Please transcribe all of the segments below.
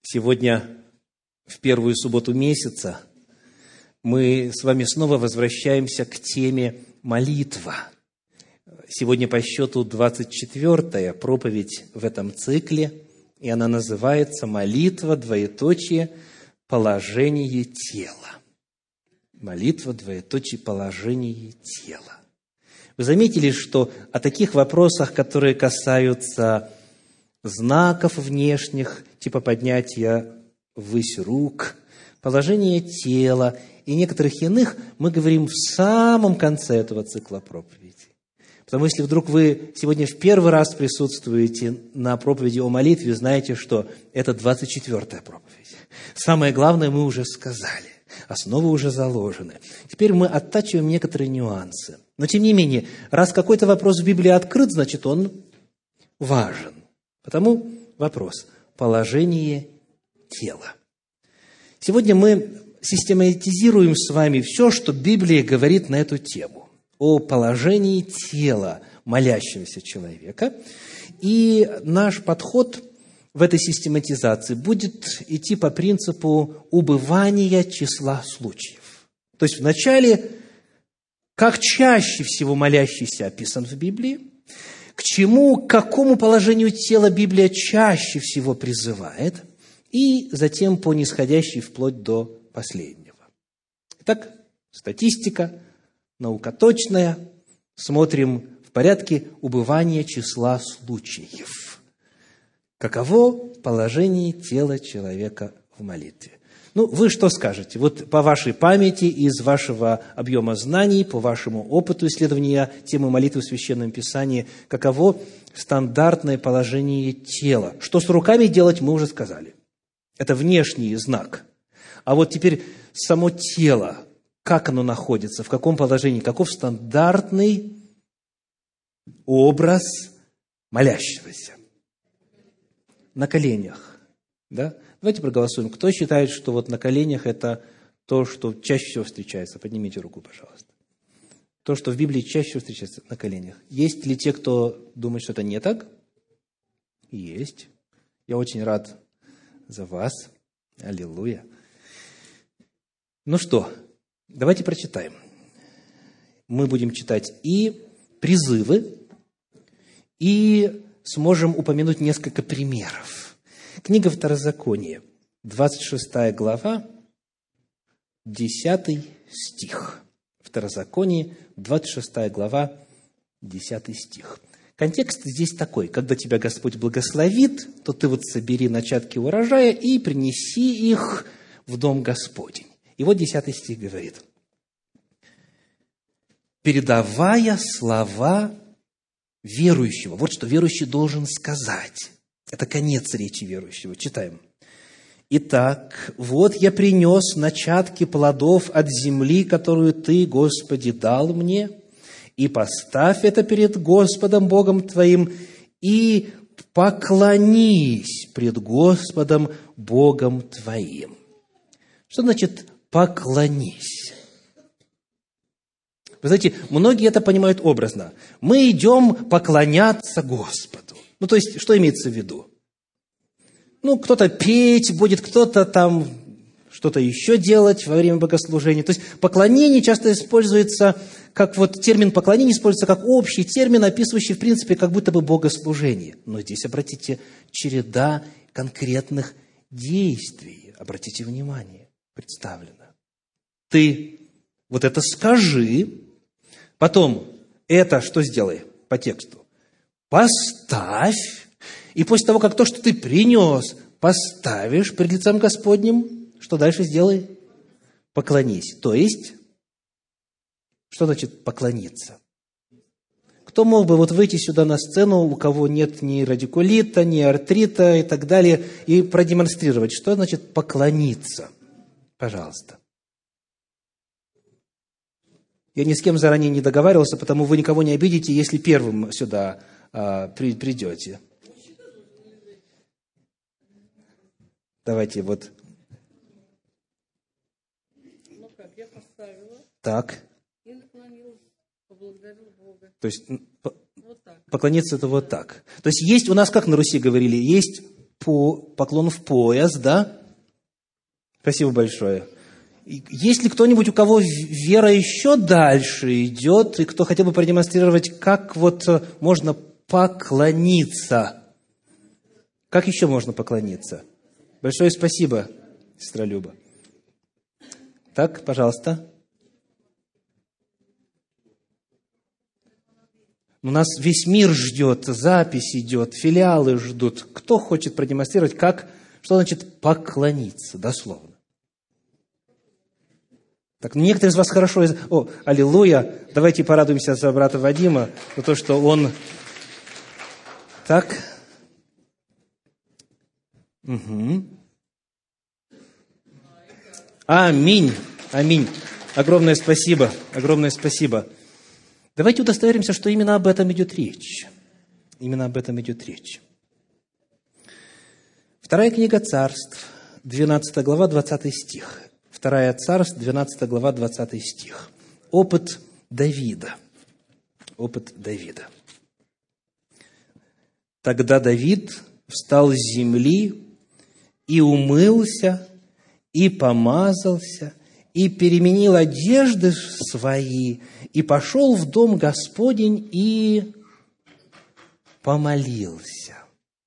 Сегодня, в первую субботу месяца, мы с вами снова возвращаемся к теме «Молитва». Сегодня по счету 24-я проповедь в этом цикле, и она называется «Молитва, положение тела». Молитва, положение тела. Вы заметили, что о таких вопросах, которые касаются знаков внешних, типа поднятия ввысь рук, положения тела и некоторых иных, мы говорим в самом конце этого цикла проповедей. Потому что если вдруг вы сегодня в первый раз присутствуете на проповеди о молитве, знаете, что это 24-я проповедь. Самое главное мы уже сказали, основы уже заложены. Теперь мы оттачиваем некоторые нюансы. Но тем не менее, раз какой-то вопрос в Библии открыт, значит он важен. Потому вопрос – положение тела. Сегодня мы систематизируем с вами все, что Библия говорит на эту тему, о положении тела молящегося человека. И наш подход в этой систематизации будет идти по принципу убывания числа случаев. То есть вначале, как чаще всего молящийся описан в Библии, к какому положению тела Библия чаще всего призывает, и затем по нисходящей вплоть до последнего. Итак, статистика, наука точная. Смотрим в порядке убывания числа случаев. Каково положение тела человека в молитве? Вы что скажете? Вот по вашей памяти, из вашего объема знаний, по вашему опыту исследования темы молитвы в Священном Писании, каково стандартное положение тела? Что с руками делать, мы уже сказали. Это внешний знак. А вот теперь само тело, как оно находится, в каком положении, каков стандартный образ молящегося? На коленях, да? Давайте проголосуем. Кто считает, что вот на коленях это то, что чаще всего встречается? Поднимите руку, пожалуйста. То, что в Библии чаще всего встречается на коленях. Есть ли те, кто думает, что это не так? Есть. Я очень рад за вас. Аллилуйя. Ну что, давайте прочитаем. Мы будем читать и призывы, и сможем упомянуть несколько примеров. Книга Второзакония, 26 глава, 10 стих. Второзаконие, 26 глава, 10 стих. Контекст здесь такой: когда тебя Господь благословит, то ты вот собери начатки урожая и принеси их в дом Господень. И вот 10 стих говорит: передавая слова верующего. Вот что верующий должен сказать. Это конец речи верующего. Читаем. «Итак, вот я принес начатки плодов от земли, которую Ты, Господи, дал мне, и поставь это перед Господом Богом Твоим, и поклонись пред Господом Богом Твоим». Что значит «поклонись»? Вы знаете, многие это понимают образно. Мы идем поклоняться Господу. То есть, что имеется в виду? Кто-то петь будет, кто-то там что-то еще делать во время богослужения. То есть, поклонение часто используется, как вот термин поклонение используется как общий термин, описывающий, в принципе, как будто бы богослужение. Но здесь, обратите, череда конкретных действий. Обратите внимание, представлено. Ты вот это скажи, потом это что сделай по тексту? Поставь, и после того, как то, что ты принес, поставишь пред лицем Господним, что дальше сделай? Поклонись. То есть, что значит поклониться? Кто мог бы вот выйти сюда на сцену, у кого нет ни радикулита, ни артрита и так далее, и продемонстрировать, что значит поклониться? Пожалуйста. Я ни с кем заранее не договаривался, потому вы никого не обидите, если первым сюда придете. Давайте вот. Я поставила. Так. И наклонилась, поблагодарила Бога. То есть Вот так. поклониться это вот так. То есть у нас, как на Руси говорили, есть поклон в пояс, да? Спасибо большое. Есть ли кто-нибудь, у кого вера еще дальше идет, и кто хотел бы продемонстрировать, как вот можно поклониться? Как еще можно поклониться? Большое спасибо, сестра Люба. Так, пожалуйста. У нас весь мир ждет, запись идет, филиалы ждут. Кто хочет продемонстрировать, что значит поклониться, дословно? Так, некоторые из вас хорошо... О, аллилуйя! Давайте порадуемся за брата Вадима, за то, что он... Так. Угу. Аминь. Аминь. Огромное спасибо. Огромное спасибо. Давайте удостоверимся, что именно об этом идет речь. Именно об этом идет речь. Вторая книга Царств, 12 глава, 20 стих. Вторая Царств, 12 глава, 20 стих. Опыт Давида. Опыт Давида. Тогда Давид встал с земли и умылся, и помазался, и переменил одежды свои, и пошел в дом Господень, и помолился.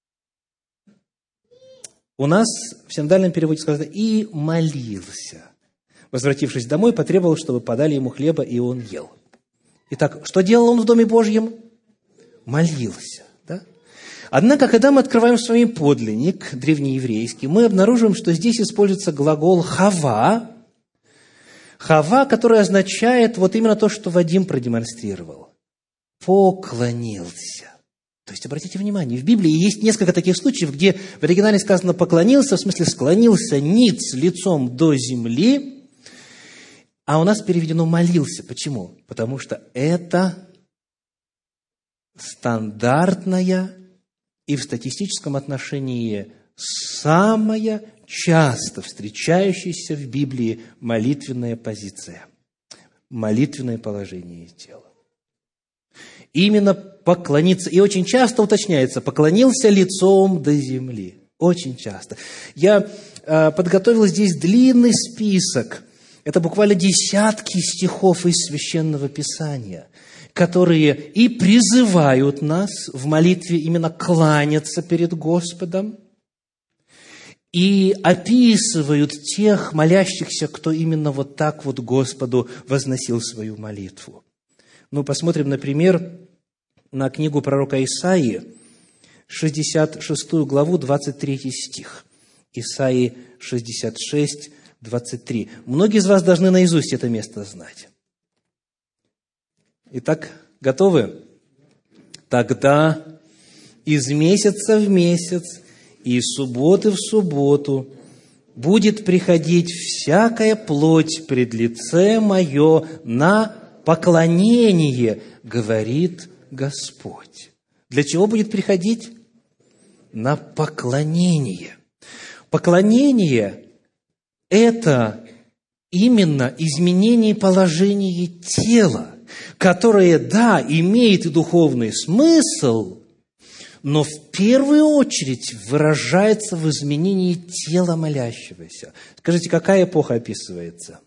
У нас в синодальном переводе сказано «и молился». Возвратившись домой, потребовал, чтобы подали ему хлеба, и он ел. Итак, что делал он в Доме Божьем? Молился. Да? Однако, когда мы открываем с вами подлинник древнееврейский, мы обнаружим, что здесь используется глагол «хава», «хава», который означает вот именно то, что Вадим продемонстрировал. Поклонился. То есть, обратите внимание, в Библии есть несколько таких случаев, где в оригинале сказано «поклонился», в смысле склонился ниц лицом до земли, а у нас переведено «молился». Почему? Потому что это стандартная и в статистическом отношении самая часто встречающаяся в Библии молитвенная позиция, молитвенное положение тела. Именно поклониться. И очень часто уточняется, поклонился лицом до земли. Очень часто. Я подготовил здесь длинный список. Это буквально десятки стихов из Священного Писания, которые и призывают нас в молитве именно кланяться перед Господом, и описывают тех молящихся, кто именно вот так вот Господу возносил свою молитву. Ну, посмотрим, например, на книгу пророка Исаии, 66 главу, 23 стих. Исаии 66, 23. Многие из вас должны наизусть это место знать. Итак, готовы? «Тогда из месяца в месяц и из субботы в субботу будет приходить всякая плоть пред лице мое на поклонение, говорит Господь». Для чего будет приходить? На поклонение. Поклонение – это именно изменение положения тела, которое, да, имеет и духовный смысл, но в первую очередь выражается в изменении тела молящегося. Скажите, какая эпоха описывается?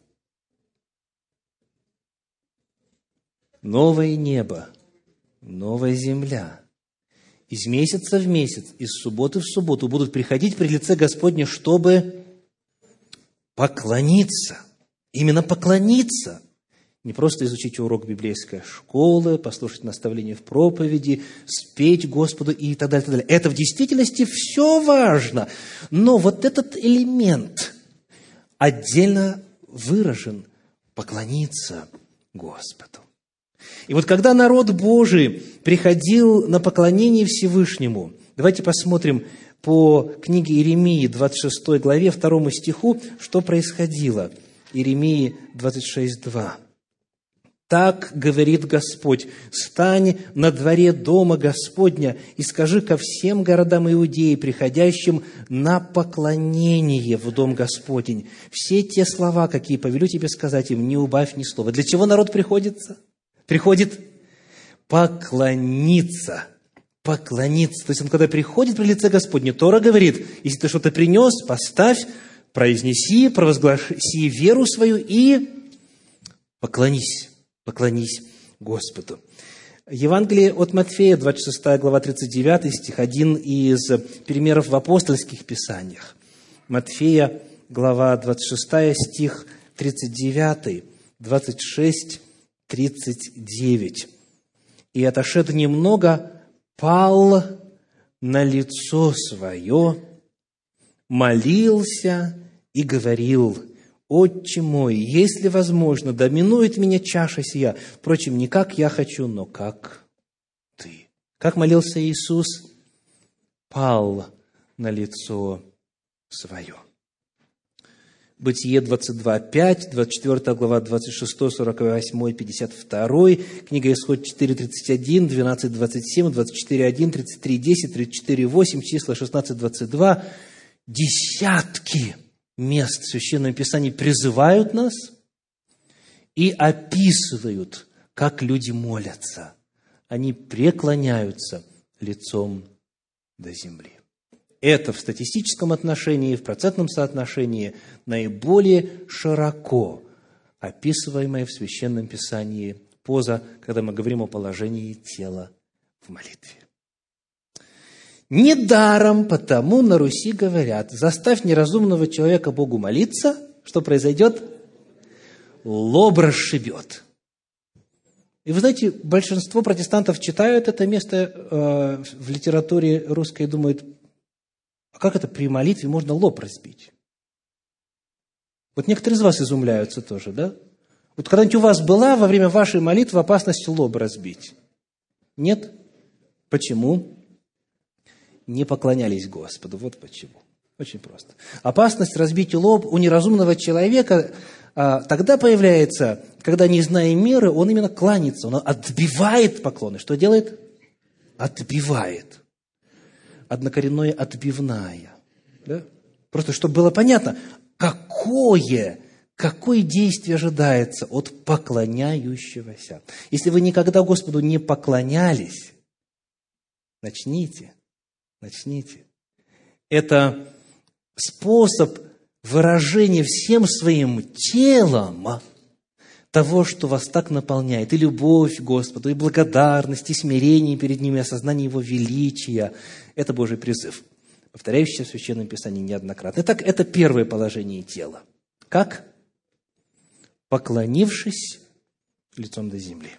Новое небо, новая земля. Из месяца в месяц, из субботы в субботу будут приходить при лице Господне, чтобы поклониться. Именно поклониться. Не просто изучить урок библейской школы, послушать наставления в проповеди, спеть Господу и так далее, так далее. Это в действительности все важно. Но вот этот элемент отдельно выражен – поклониться Господу. И вот когда народ Божий приходил на поклонение Всевышнему, давайте посмотрим по книге Иеремии, 26 главе, 2 стиху, что происходило. Иеремии 26:2. «Так говорит Господь, стань на дворе дома Господня и скажи ко всем городам Иудеи, приходящим на поклонение в дом Господень, все те слова, какие повелю тебе сказать им, не убавь ни слова». Для чего народ приходит поклониться. поклониться. То есть он, когда приходит при лице Господне, Тора говорит, если ты что-то принес, поставь, произнеси, провозгласи веру свою и поклонись Господу. Евангелие от Матфея, 26 глава, 39 стих, один из примеров в апостольских писаниях. Матфея, глава 26, стих 39, 26, 39. «И, отошед немного, пал на лицо свое, молился и говорил: Отче мой, если возможно, да минует меня чаша сия. Впрочем, не как я хочу, но как ты». Как молился Иисус? Пал на лицо свое. Бытие 22:5, 24 глава, 26, 48, 52, книга Исход 4:31, 12:27, 24:1, 33:10, 34:8, числа 16:22. Десятки мест в Священном Писании призывают нас и описывают, как люди молятся. Они преклоняются лицом до земли. Это в статистическом отношении, в процентном соотношении наиболее широко описываемая в Священном Писании поза, когда мы говорим о положении тела в молитве. Недаром потому на Руси говорят: заставь неразумного человека Богу молиться, что произойдет? Лоб расшибет. И вы знаете, большинство протестантов читают это место в литературе русской и думают: а как это при молитве можно лоб разбить? Вот некоторые из вас изумляются тоже, да? Вот когда-нибудь у вас была во время вашей молитвы опасность лоб разбить? Нет? Почему? Не поклонялись Господу. Вот почему. Очень просто. Опасность разбить лоб у неразумного человека тогда появляется, когда, не зная меры, он именно кланяется, он отбивает поклоны. Что делает? Отбивает. Однокоренное отбивная. Да? Просто чтобы было понятно, какое действие ожидается от поклоняющегося. Если вы никогда Господу не поклонялись, начните. Это способ выражения всем своим телом того, что вас так наполняет, и любовь к Господу, и благодарность, и смирение перед Ним, и осознание Его величия. Это Божий призыв, повторяющийся в Священном Писании неоднократно. Итак, это первое положение тела. Как? Поклонившись лицом до земли.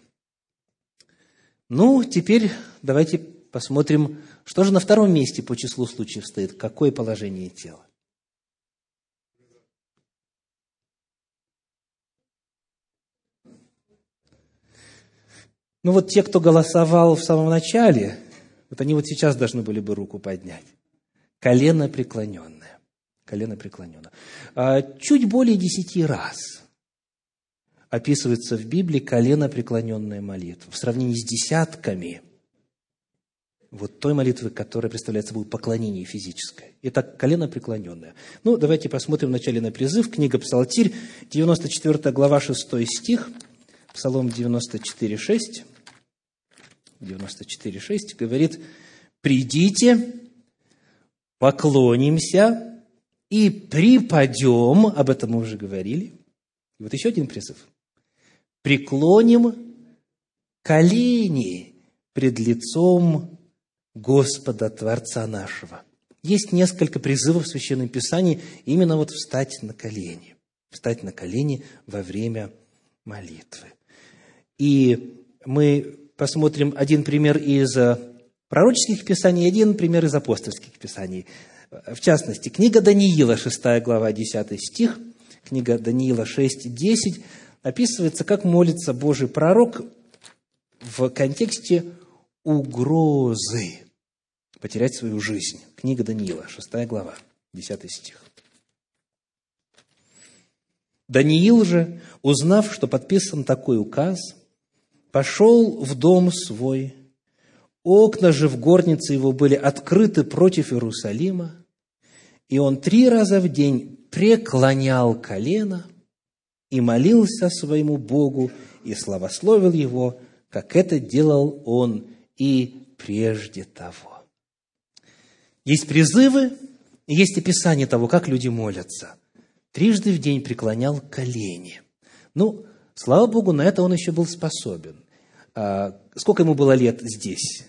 Ну, теперь давайте посмотрим, что же на втором месте по числу случаев стоит. Какое положение тела? Ну вот те, кто голосовал в самом начале, вот они вот сейчас должны были бы руку поднять. Колено преклоненное. Колено преклоненное. Чуть более 10 раз описывается в Библии колено преклоненная молитва. В сравнении с десятками вот той молитвы, которая представляет собой поклонение физическое. Итак, колено преклоненное. Ну, давайте посмотрим вначале на призыв. Книга Псалтирь, 94 глава, 6 стих. Псалом 94:6. 94:6 говорит: «Придите, поклонимся и припадем». Об этом мы уже говорили. И вот еще один призыв. «Преклоним колени пред лицом Господа, Творца нашего». Есть несколько призывов в Священном Писании именно вот встать на колени. Встать на колени во время молитвы. И мы посмотрим один пример из пророческих писаний, один пример из апостольских писаний. В частности, книга Даниила, 6 глава, 10 стих, книга Даниила 6:10, описывается, как молится Божий пророк в контексте угрозы потерять свою жизнь. Книга Даниила, 6 глава, 10 стих. «Даниил же, узнав, что подписан такой указ, пошел в дом свой, окна же в горнице его были открыты против Иерусалима, и он 3 раза в день преклонял колено и молился своему Богу, и славословил его, как это делал он и прежде того». Есть призывы, и есть описание того, как люди молятся. Трижды в день преклонял колени. Ну, слава Богу, на это он еще был способен. Сколько ему было лет здесь?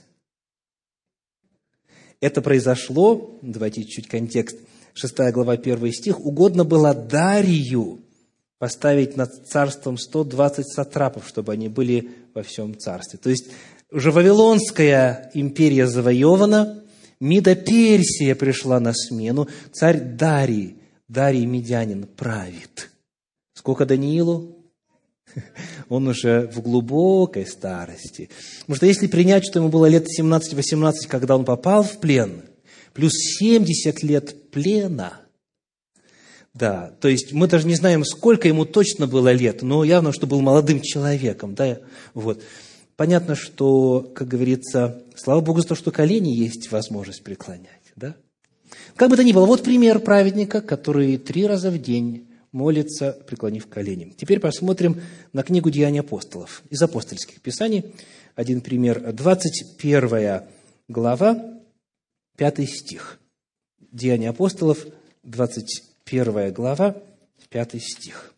Это произошло, давайте чуть контекст, 6 глава, 1 стих. «Угодно было Дарию поставить над царством 120 сатрапов, чтобы они были во всем царстве». То есть, уже Вавилонская империя завоевана, Мидо-Персия пришла на смену, царь Дарий Медянин правит. Сколько Даниилу? Он уже в глубокой старости. Потому что если принять, что ему было лет 17-18, когда он попал в плен, плюс 70 лет плена, да, то есть мы даже не знаем, сколько ему точно было лет, но явно, что был молодым человеком, да, вот. Понятно, что, как говорится, слава Богу за то, что колени есть возможность преклонять, да. Как бы то ни было, вот пример праведника, который 3 раза в день молится, преклонив колени. Теперь посмотрим на книгу «Деяния апостолов» из апостольских писаний. Один пример, 21 глава, 5 стих. «Деяния апостолов», 21 глава, 5 стих.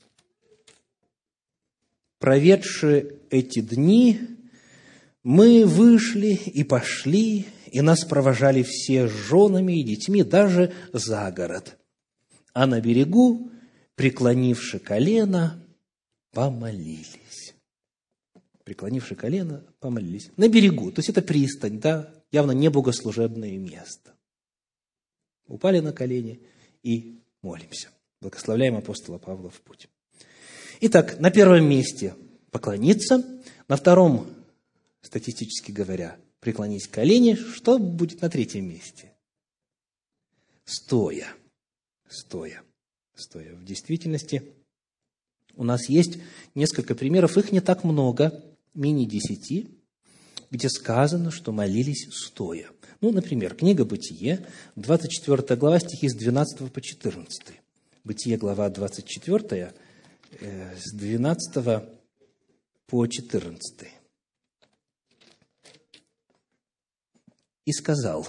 «Проведши эти дни, мы вышли и пошли, и нас провожали все с женами и детьми, даже за город. А на берегу, преклонивши колено, помолились». Преклонивши колено, помолились. На берегу, то есть это пристань, да, явно не богослужебное место. Упали на колени и молимся. Благословляем апостола Павла в путь. Итак, на первом месте поклониться, на втором, статистически говоря, преклонить колени. Что будет на третьем месте? Стоя. В действительности у нас есть несколько примеров, их не так много, менее 10, где сказано, что молились стоя. Ну, например, книга «Бытие», 24 глава, стихи с 12 по 14. Бытие, глава 24, с 12 по 14. «И сказал: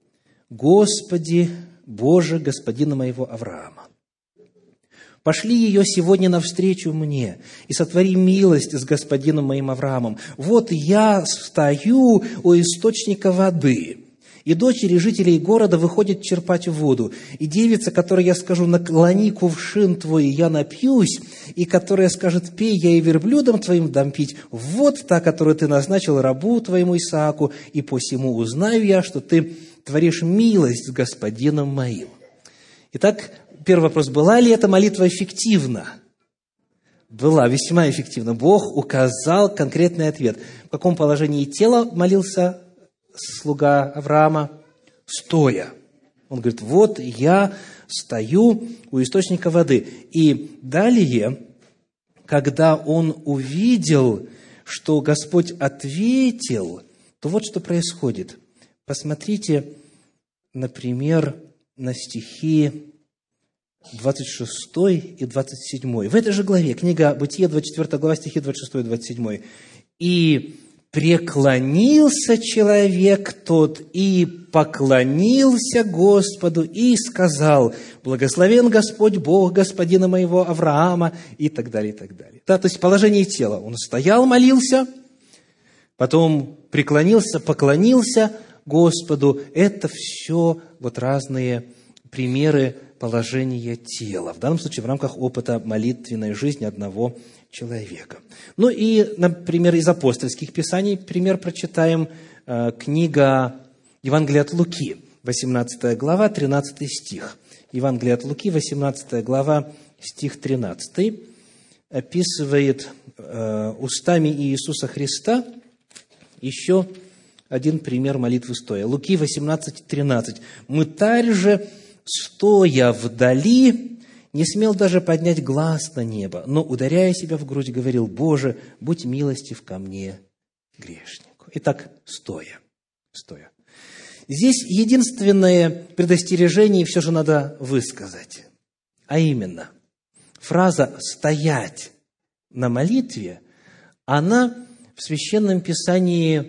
Господи, Боже, господина моего Авраама, пошли ее сегодня навстречу мне, и сотвори милость с господином моим Авраамом. Вот я стою у источника воды, и дочери жителей города выходят черпать воду. И девица, которой я скажу: наклони кувшин твой, и я напьюсь, и которая скажет: пей, я и верблюдом твоим дам пить, вот та, которую ты назначил рабу твоему Исааку, и посему узнаю я, что ты творишь милость с господином моим». Итак, первый вопрос: была ли эта молитва эффективна? Была, весьма эффективна. Бог указал конкретный ответ. В каком положении тела молился слуга Авраама? Стоя. Он говорит: вот я стою у источника воды. И далее, когда он увидел, что Господь ответил, то вот что происходит. Посмотрите, например, на стихи 26 и 27. В этой же главе, книга Бытие, 24 глава, стихи 26 и 27. «И преклонился человек тот, и поклонился Господу, и сказал: благословен Господь Бог господина моего Авраама», и так далее, и так далее. Да, то есть положение тела. Он стоял, молился, потом преклонился, поклонился Господу. Это все вот разные примеры положения тела. В данном случае в рамках опыта молитвенной жизни одного человека. Ну и, например, из апостольских писаний пример прочитаем. Книга Евангелия от Луки, 18 глава, 13 стих. Евангелие от Луки, 18 глава, стих 13, описывает устами Иисуса Христа еще один пример молитвы стоя. Луки 18, 13. «Мытарь же, стоя вдали, не смел даже поднять глаз на небо, но, ударяя себя в грудь, говорил: Боже, будь милостив ко мне, грешнику». Итак, стоя. Здесь единственное предостережение все же надо высказать. А именно, фраза «стоять» на молитве, она в Священном Писании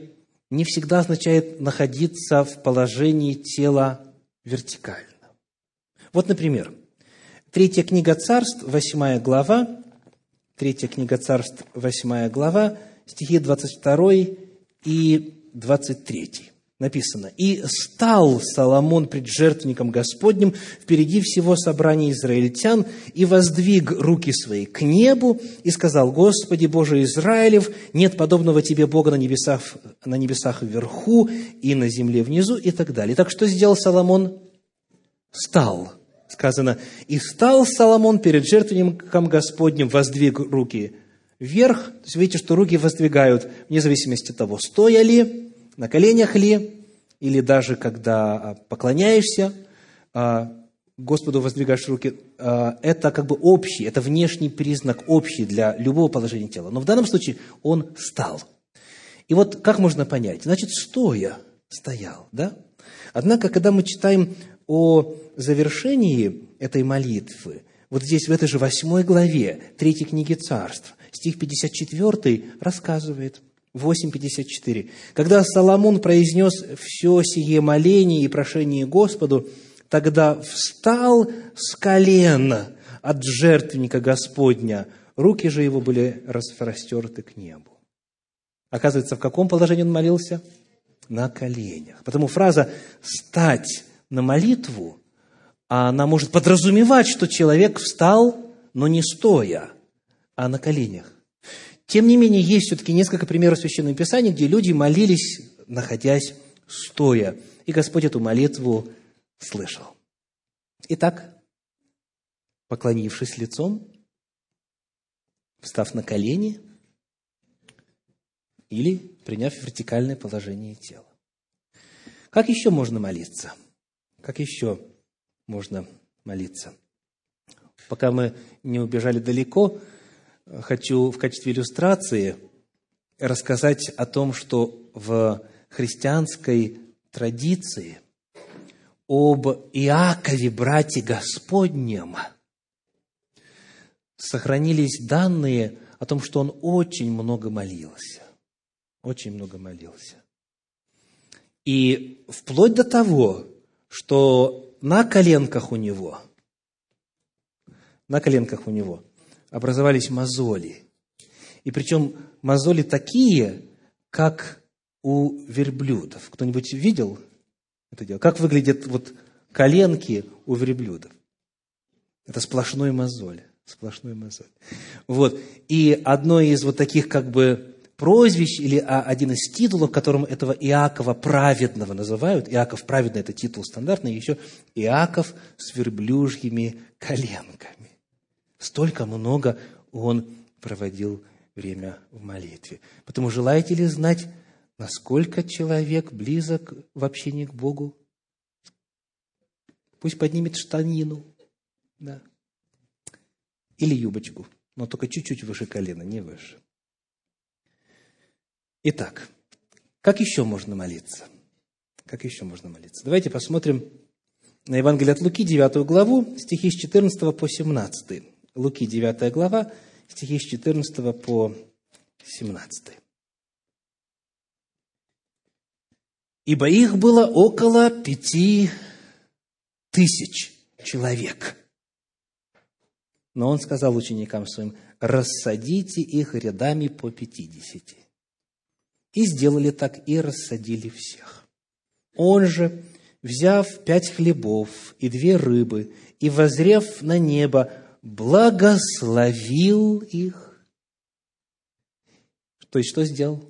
не всегда означает находиться в положении тела вертикально. Вот, например, 3 книга Царств, 8 глава, 3 книга Царств, 8 глава, стихи 22 и 23. Написано: «И стал Соломон пред жертвенником Господним впереди всего собрания израильтян, и воздвиг руки свои к небу, и сказал: Господи, Боже Израилев, нет подобного Тебе Бога на небесах вверху и на земле внизу», и так далее. Так что сделал Соломон? Стал. Сказано: «И стал Соломон перед жертвенником Господним, воздвиг руки вверх». То есть, видите, что руки воздвигают вне зависимости от того, стоя ли, на коленях ли, или даже когда поклоняешься Господу, воздвигаешь руки. Это как бы общий, это внешний признак, общий для любого положения тела. Но в данном случае он стал. И вот как можно понять? Значит, стоял, да? Однако, когда мы читаем о завершении этой молитвы, вот здесь, в этой же 8 главе 3 книги Царств, стих 54 рассказывает, 8:54. «Когда Соломон произнес все сие моление и прошение Господу, тогда встал с колен от жертвенника Господня, руки же его были распростерты к небу». Оказывается, в каком положении он молился? На коленях. Потому фраза «стать на молитву», она может подразумевать, что человек встал, но не стоя, а на коленях. Тем не менее, есть все-таки несколько примеров Священного Писания, где люди молились, находясь стоя. И Господь эту молитву слышал. Итак, поклонившись лицом, встав на колени или приняв вертикальное положение тела. Как еще можно молиться? Как еще можно молиться? Пока мы не убежали далеко, хочу в качестве иллюстрации рассказать о том, что в христианской традиции об Иакове, брате Господнем, сохранились данные о том, что он очень много молился. Очень много молился. И вплоть до того, что на коленках у него образовались мозоли. И причем мозоли такие, как у верблюдов. Кто-нибудь видел это дело? Как выглядят вот коленки у верблюдов? Это сплошной мозоль. Сплошной мозоль. Вот. И одно из вот таких как бы прозвищ, или один из титулов, которым этого Иакова праведного называют, Иаков праведный – это титул стандартный, еще Иаков с верблюжьими коленками. Столько много он проводил время в молитве. Потому желаете ли знать, насколько человек близок в общении к Богу? Пусть поднимет штанину, да, или юбочку, но только чуть-чуть выше колена, не выше. Итак, как еще можно молиться? Как еще можно молиться? Давайте посмотрим на Евангелие от Луки, 9 главу, стихи с 14 по 17. Луки, 9 глава, стихи с 14 по 17. «Ибо их было около 5000 человек. Но он сказал ученикам своим: рассадите их рядами по 50. И сделали так, и рассадили всех. Он же, взяв 5 хлебов и 2 рыбы, и воззрев на небо, благословил их». То есть, что сделал?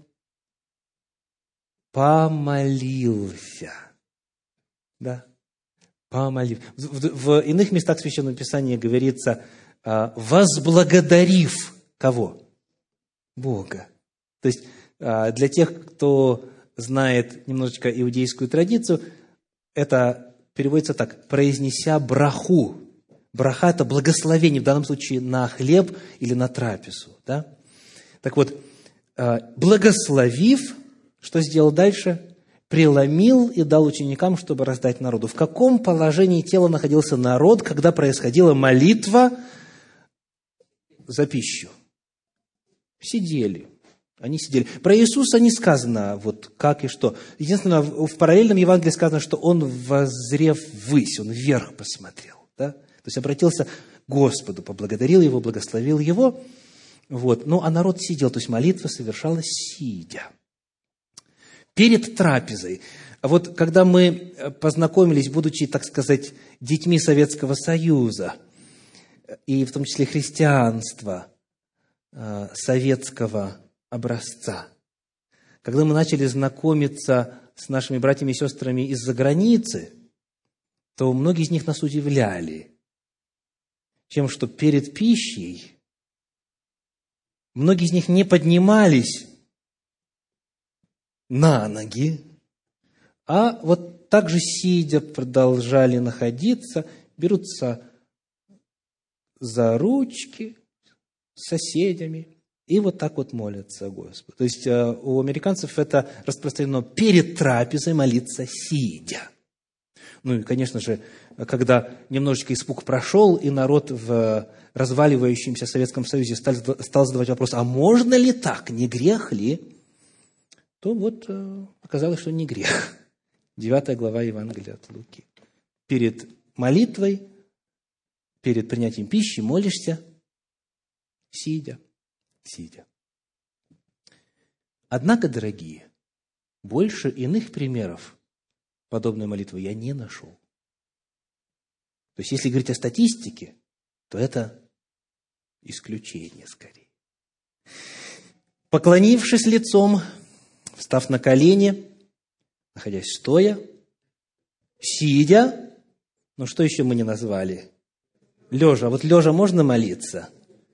Помолился. Да, помолился. В иных местах Священного Писания говорится, возблагодарив кого? Бога. То есть, для тех, кто знает немножечко иудейскую традицию, это переводится так: произнеся браху. Браха – это благословение, в данном случае на хлеб или на трапезу. Да? Так вот, благословив, что сделал дальше? Преломил и дал ученикам, чтобы раздать народу. В каком положении тела находился народ, когда происходила молитва за пищу? Сидели. Они сидели. Про Иисуса не сказано, вот как и что. Единственное, в параллельном Евангелии сказано, что он, воззрев ввысь, он вверх посмотрел. Да? То есть обратился к Господу, поблагодарил Его, благословил Его. Вот. Ну, а народ сидел, то есть молитва совершалась сидя. Перед трапезой. Вот когда мы познакомились, будучи, так сказать, детьми Советского Союза, и в том числе христианства советского образца, когда мы начали знакомиться с нашими братьями и сестрами из-за границы, то многие из них нас удивляли тем, что перед пищей многие из них не поднимались на ноги, а вот так же сидя продолжали находиться, берутся за ручки с соседями и вот так вот молятся Господу. То есть у американцев это распространено перед трапезой молиться сидя. Ну и, конечно же, когда немножечко испуг прошел, и народ в разваливающемся Советском Союзе стал задавать вопрос, а можно ли так, не грех ли? То вот оказалось, что не грех. 9 глава Евангелия от Луки. Перед молитвой, перед принятием пищи молишься, сидя. Однако, дорогие, больше иных примеров подобной молитвы я не нашел. То есть, если говорить о статистике, то это исключение скорее. Поклонившись лицом, встав на колени, находясь стоя, сидя, ну что еще мы не назвали? Лежа. А вот лежа можно молиться?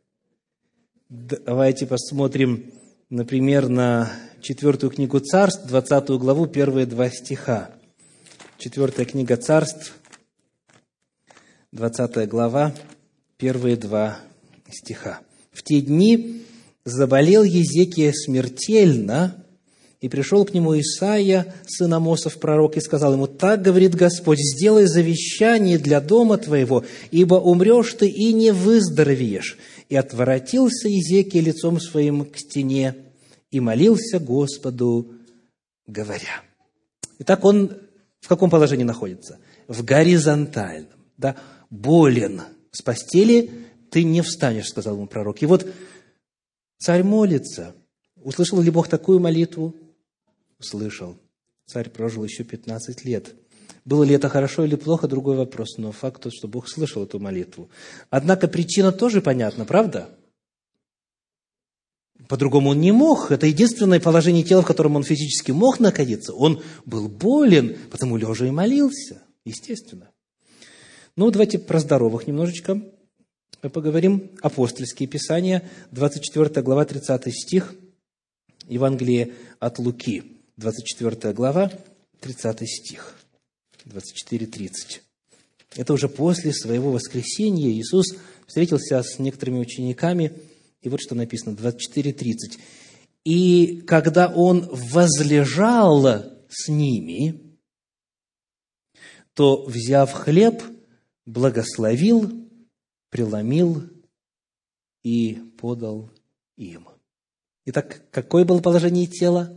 Давайте посмотрим, например, на 4 книгу Царств, 20 главу, первые 2 стиха. 4 книга Царств, 20 глава, первые 2 стиха. «В те дни заболел Езекия смертельно, и пришел к нему Исаия, сын Амосов, пророк, и сказал ему: так говорит Господь, сделай завещание для дома твоего, ибо умрешь ты и не выздоровеешь. И отворотился Езекия лицом своим к стене и молился Господу, говоря». Итак, он в каком положении находится? В горизонтальном. Да? Болен с постели, ты не встанешь, сказал ему пророк. И вот царь молится. Услышал ли Бог такую молитву? Услышал. Царь прожил еще 15 лет. Было ли это хорошо или плохо, другой вопрос, но факт тот, что Бог слышал эту молитву. Однако причина тоже понятна, правда? По-другому он не мог. Это единственное положение тела, в котором он физически мог находиться. Он был болен, потому лежа и молился, естественно. Ну, давайте про здоровых немножечко поговорим. Апостольские писания, 24 глава, 30 стих, Евангелие от Луки. 24 глава, 30 стих, 24-30. Это уже после своего воскресения Иисус встретился с некоторыми учениками, и вот что написано, 24-30. «И когда Он возлежал с ними, то, взяв хлеб, благословил, преломил и подал им». Итак, какое было положение тела?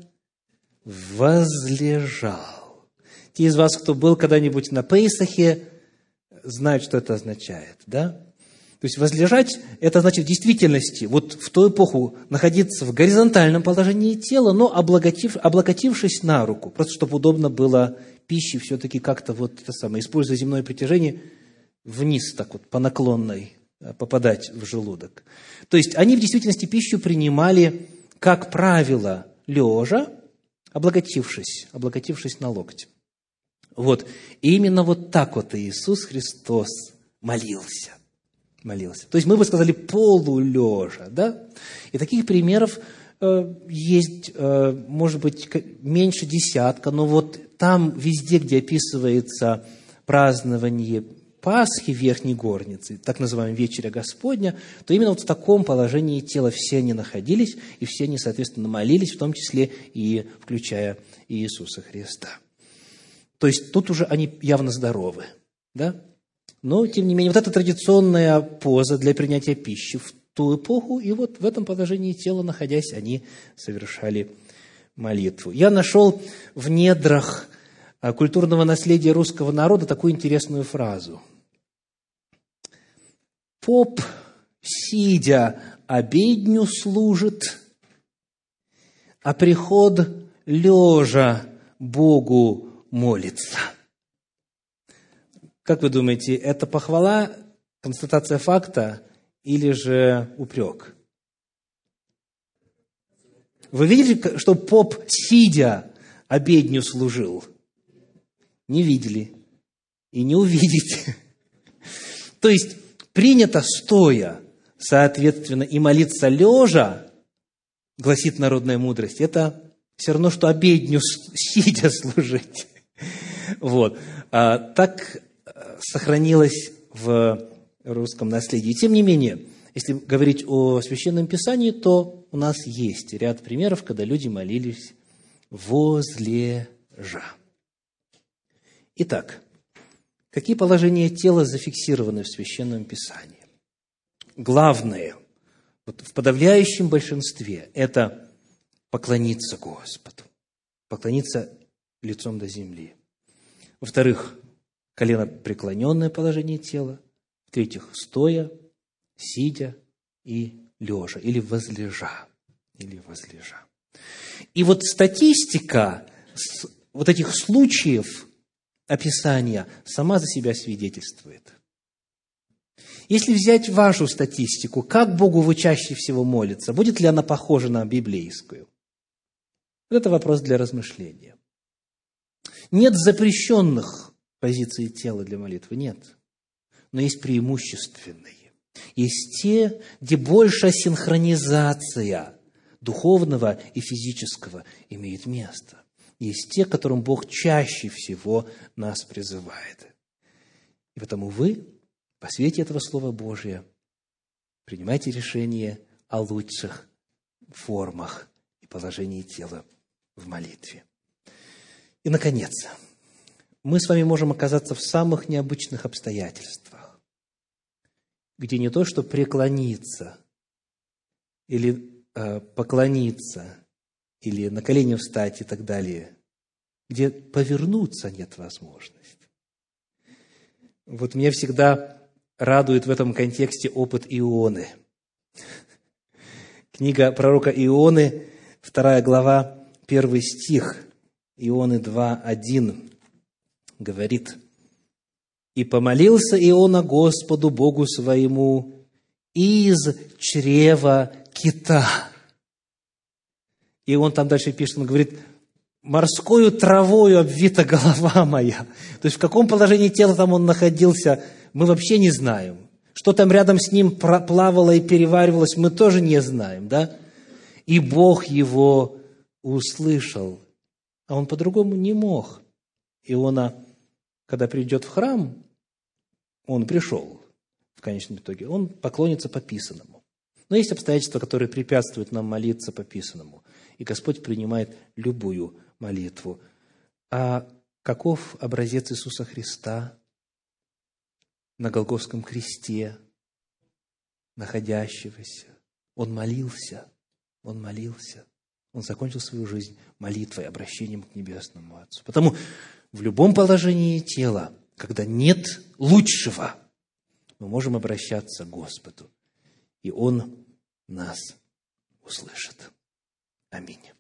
Возлежал. Те из вас, кто был когда-нибудь на Пейсахе, знают, что это означает, да? То есть возлежать, это значит в действительности, вот в ту эпоху находиться в горизонтальном положении тела, но облокотившись на руку, просто чтобы удобно было пище все-таки как-то вот это самое, используя земное притяжение, вниз так вот по наклонной попадать в желудок. То есть они в действительности пищу принимали, как правило, лежа, облокотившись на локоть. Вот. И именно вот так вот Иисус Христос молился. То есть мы бы сказали полулежа, да? И таких примеров есть, может быть, меньше десятка, но вот там везде, где описывается празднование Пасхи в Верхней Горнице, так называемая Вечеря Господня, то именно вот в таком положении тела все они находились, и все они, соответственно, молились, в том числе и включая Иисуса Христа. То есть тут уже они явно здоровы, да? Но, тем не менее, вот эта традиционная поза для принятия пищи в ту эпоху, и вот в этом положении тела, находясь, они совершали молитву. Я нашел в недрах культурного наследия русского народа такую интересную фразу. «Поп, сидя, обедню служит, а приход лежа Богу молится». Как вы думаете, это похвала, констатация факта или же упрек? Вы видели, что поп, сидя, обедню служил? Не видели и не увидите. То есть, принято стоя, соответственно, и молиться лежа, гласит народная мудрость, это все равно, что обедню сидя служить. Вот. Так сохранилось в русском наследии. Тем не менее, если говорить о Священном Писании, то у нас есть ряд примеров, когда люди молились возлежа. Итак, какие положения тела зафиксированы в Священном Писании? Главное, вот в подавляющем большинстве, это поклониться Господу, поклониться лицом до земли. Во-вторых, коленопреклоненное положение тела. В-третьих, стоя, сидя и лежа, или возлежа. И вот статистика вот этих случаев описания сама за себя свидетельствует. Если взять вашу статистику, как Богу вы чаще всего молится, будет ли она похожа на библейскую? Вот это вопрос для размышления. Нет запрещенных позиций тела для молитвы, нет. Но есть преимущественные. Есть те, где большая синхронизация духовного и физического имеет место. Есть те, к которым Бог чаще всего нас призывает. И потому вы, по свете этого Слова Божия, принимайте решение о лучших формах и положении тела в молитве. И, наконец, мы с вами можем оказаться в самых необычных обстоятельствах, где не то, что преклониться или поклониться, или на колени встать и так далее, где повернуться нет возможности. Вот меня всегда радует в этом контексте опыт Ионы. Книга пророка Ионы, 2 глава, 1 стих, Ионы 2:1 говорит: «И помолился Иона Господу Богу своему из чрева кита». И он там дальше пишет, он говорит: «Морскою травою обвита голова моя». То есть в каком положении тела там он находился, мы вообще не знаем. Что там рядом с ним плавало и переваривалось, мы тоже не знаем, да? И Бог его услышал. А он по-другому не мог. Иона, когда придет в храм, он пришел в конечном итоге, он поклонится по писанному. Но есть обстоятельства, которые препятствуют нам молиться по писанному. И Господь принимает любую молитву. А каков образец Иисуса Христа на Голгофском кресте, находящегося? Он молился. Он закончил свою жизнь молитвой, обращением к Небесному Отцу. Потому в любом положении тела, когда нет лучшего, мы можем обращаться к Господу, и Он нас услышит. Аминь.